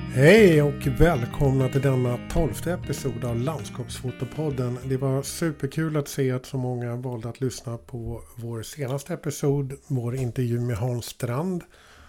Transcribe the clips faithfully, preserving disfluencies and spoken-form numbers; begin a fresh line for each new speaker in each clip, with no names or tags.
Hej och välkomna till denna tolfte episod av Landskapsfotopodden. Det var superkul att se att så många valde att lyssna på vår senaste episod, vår intervju med Hans Strand.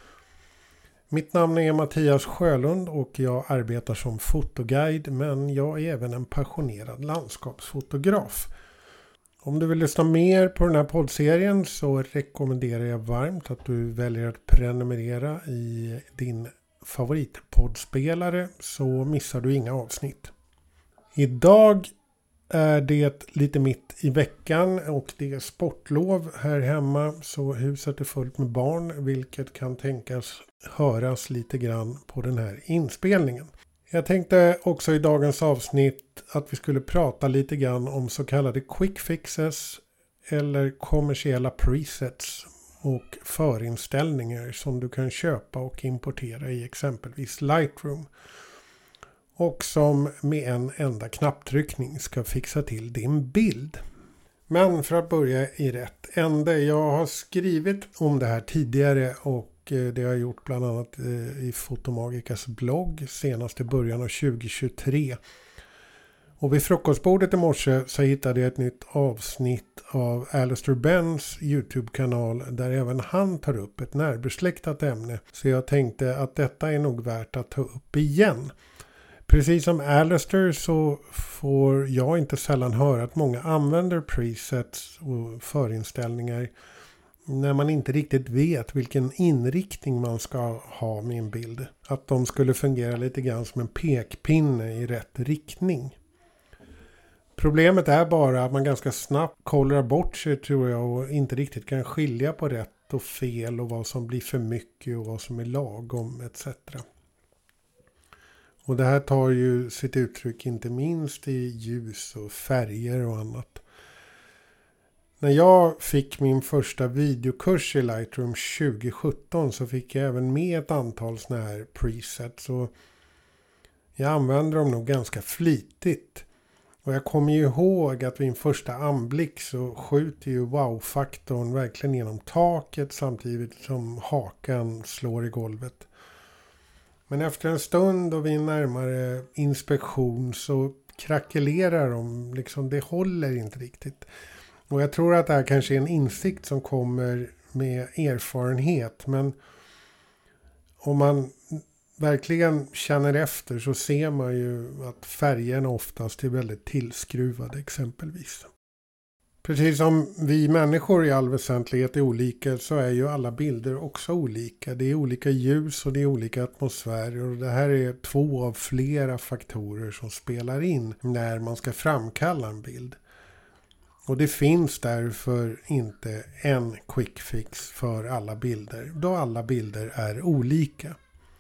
Mitt namn är Mattias Sjölund och jag arbetar som fotoguide, men jag är även en passionerad landskapsfotograf. Om du vill lyssna mer på den här poddserien så rekommenderar jag varmt att du väljer att prenumerera i din favoritpoddspelare, så missar du inga avsnitt. Idag är det lite mitt i veckan och det är sportlov här hemma, så huset är fullt med barn, vilket kan tänkas höras lite grann på den här inspelningen. Jag tänkte också i dagens avsnitt att vi skulle prata lite grann om så kallade quick fixes eller kommersiella presets och förinställningar som du kan köpa och importera i exempelvis Lightroom. Och som med en enda knapptryckning ska fixa till din bild. Men för att börja i rätt ände. Jag har skrivit om det här tidigare och det har jag gjort bland annat i Fotomagikas blogg senast i början av tjugohundratjugotre. Och vid frukostbordet i morse så hittade jag ett nytt avsnitt av Alistair Benns YouTube-kanal där även han tar upp ett närbesläktat ämne. Så jag tänkte att detta är nog värt att ta upp igen. Precis som Alistair så får jag inte sällan höra att många använder presets och förinställningar när man inte riktigt vet vilken inriktning man ska ha med en bild. Att de skulle fungera lite grann som en pekpinne i rätt riktning. Problemet är bara att man ganska snabbt kollar bort sig, tror jag, och inte riktigt kan skilja på rätt och fel och vad som blir för mycket och vad som är lagom et cetera. Och det här tar ju sitt uttryck inte minst i ljus och färger och annat. När jag fick min första videokurs i Lightroom tjugosjutton så fick jag även med ett antal såna här presets, och jag använder dem nog ganska flitigt. Och jag kommer ju ihåg att vid en första anblick så skjuter ju wow-faktorn verkligen genom taket samtidigt som hakan slår i golvet. Men efter en stund och vid en närmare inspektion så krackelerar de, liksom det håller inte riktigt. Och jag tror att det här kanske är en insikt som kommer med erfarenhet, men om man verkligen känner efter så ser man ju att färgerna oftast är väldigt tillskruvade exempelvis. Precis som vi människor i all väsentlighet är olika så är ju alla bilder också olika. Det är olika ljus och det är olika atmosfärer, och det här är två av flera faktorer som spelar in när man ska framkalla en bild. Och det finns därför inte en quick fix för alla bilder, då alla bilder är olika.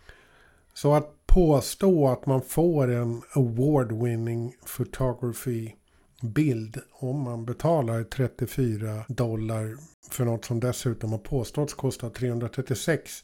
Så att påstå att man får en award-winning photography bild om man betalar trettiofyra dollar för något som dessutom har påståtts kosta trehundratrettiosex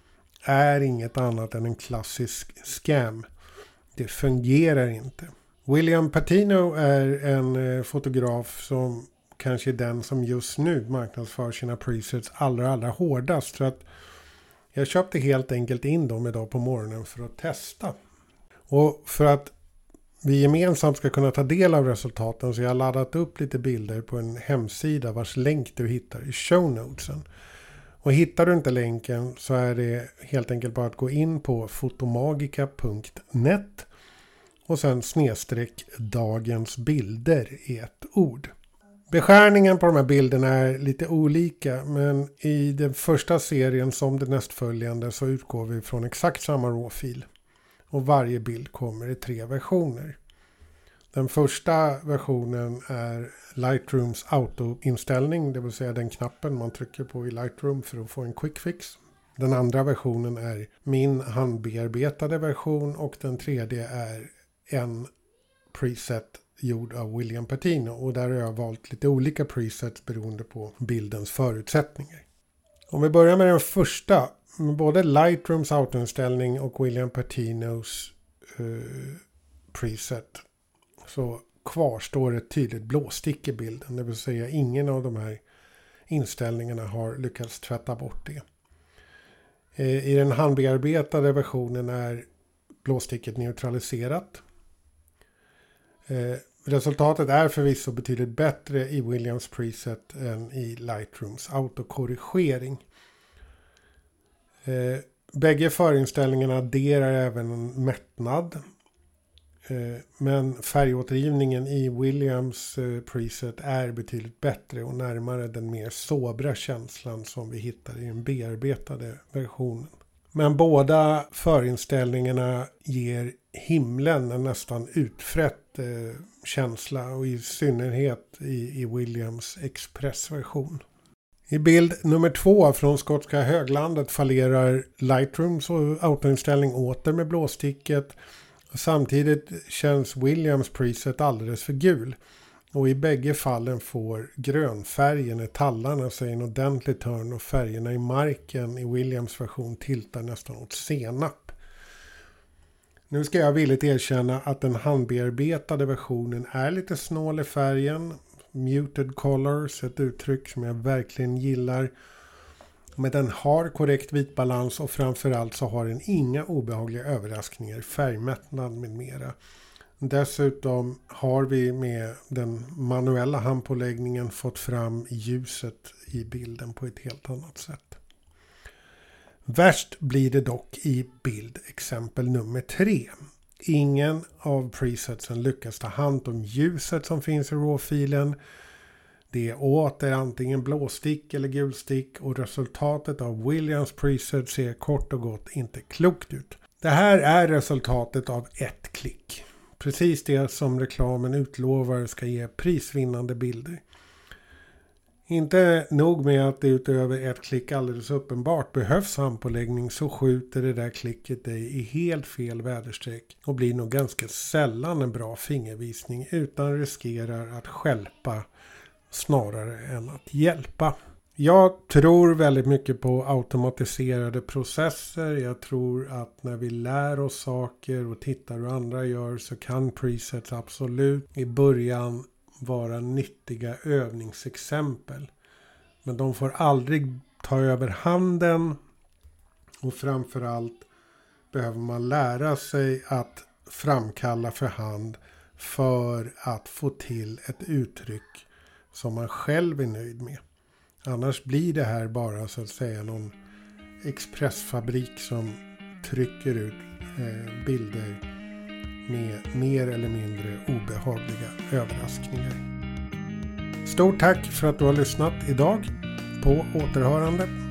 är inget annat än en klassisk scam. Det fungerar inte. William Patino är en fotograf som kanske är den som just nu marknadsför sina presets allra allra hårdast, så att jag köpte helt enkelt in dem idag på morgonen för att testa. Och för att vi gemensamt ska kunna ta del av resultaten så jag har laddat upp lite bilder på en hemsida vars länk du hittar i show notesen. Och hittar du inte länken så är det helt enkelt bara att gå in på fotomagica punkt net och sen snedstreck dagens bilder i ett ord. Beskärningen på de här bilderna är lite olika, men i den första serien som det nästföljande så utgår vi från exakt samma råfil. Och varje bild kommer i tre versioner. Den första versionen är Lightrooms autoinställning, det vill säga den knappen man trycker på i Lightroom för att få en quick fix. Den andra versionen är min handbearbetade version, och den tredje är en preset gjord av William Patino, och där har jag valt lite olika presets beroende på bildens förutsättningar. Om vi börjar med den första, med både Lightrooms autoinställning och William Patinos uh, preset, så kvarstår ett tydligt blåstick i bilden, det vill säga ingen av de här inställningarna har lyckats tvätta bort det. I den handbearbetade versionen är blåsticket neutraliserat. Eh, resultatet är förvisso betydligt bättre i Williams preset än i Lightrooms autokorrigering. Eh, bägge förinställningarna adderar även en mättnad. Eh, men färgåtergivningen i Williams eh, preset är betydligt bättre och närmare den mer sobra känslan som vi hittar i den bearbetade versionen. Men båda förinställningarna ger himlen en nästan utfrätt eh, känsla och i synnerhet i, i Williams Express-version. I bild nummer två från skotska höglandet fallerar Lightrooms och autoinställning åter med blåsticket. Samtidigt känns Williams preset alldeles för gul. Och i bägge fallen får grönfärgen i tallarna sig en ordentlig törn och färgerna i marken i Williams version tiltar nästan åt senap. Nu ska jag villigt erkänna att den handbearbetade versionen är lite snål i färgen. Muted colors, ett uttryck som jag verkligen gillar. Men den har korrekt vitbalans och framförallt så har den inga obehagliga överraskningar, färgmättnad med mera. Dessutom har vi med den manuella handpåläggningen fått fram ljuset i bilden på ett helt annat sätt. Värst blir det dock i bildexempel nummer tre. Ingen av presetsen lyckas ta hand om ljuset som finns i RAW-filen. Det är åter antingen blåstick eller gulstick och resultatet av Williams preset ser kort och gott inte klokt ut. Det här är resultatet av ett klick. Precis det som reklamen utlovar ska ge prisvinnande bilder. Inte nog med att det utöver ett klick alldeles uppenbart behövs handpåläggning så skjuter det där klicket dig i helt fel väderstreck och blir nog ganska sällan en bra fingervisning utan riskerar att stjälpa snarare än att hjälpa. Jag tror väldigt mycket på automatiserade processer. Jag tror att när vi lär oss saker och tittar hur andra gör så kan presets absolut i början vara nyttiga övningsexempel. Men de får aldrig ta över handen och framförallt behöver man lära sig att framkalla för hand för att få till ett uttryck som man själv är nöjd med. Annars blir det här bara så att säga någon expressfabrik som trycker ut eh, bilder med mer eller mindre obehagliga överraskningar. Stort tack för att du har lyssnat idag. På återhörande.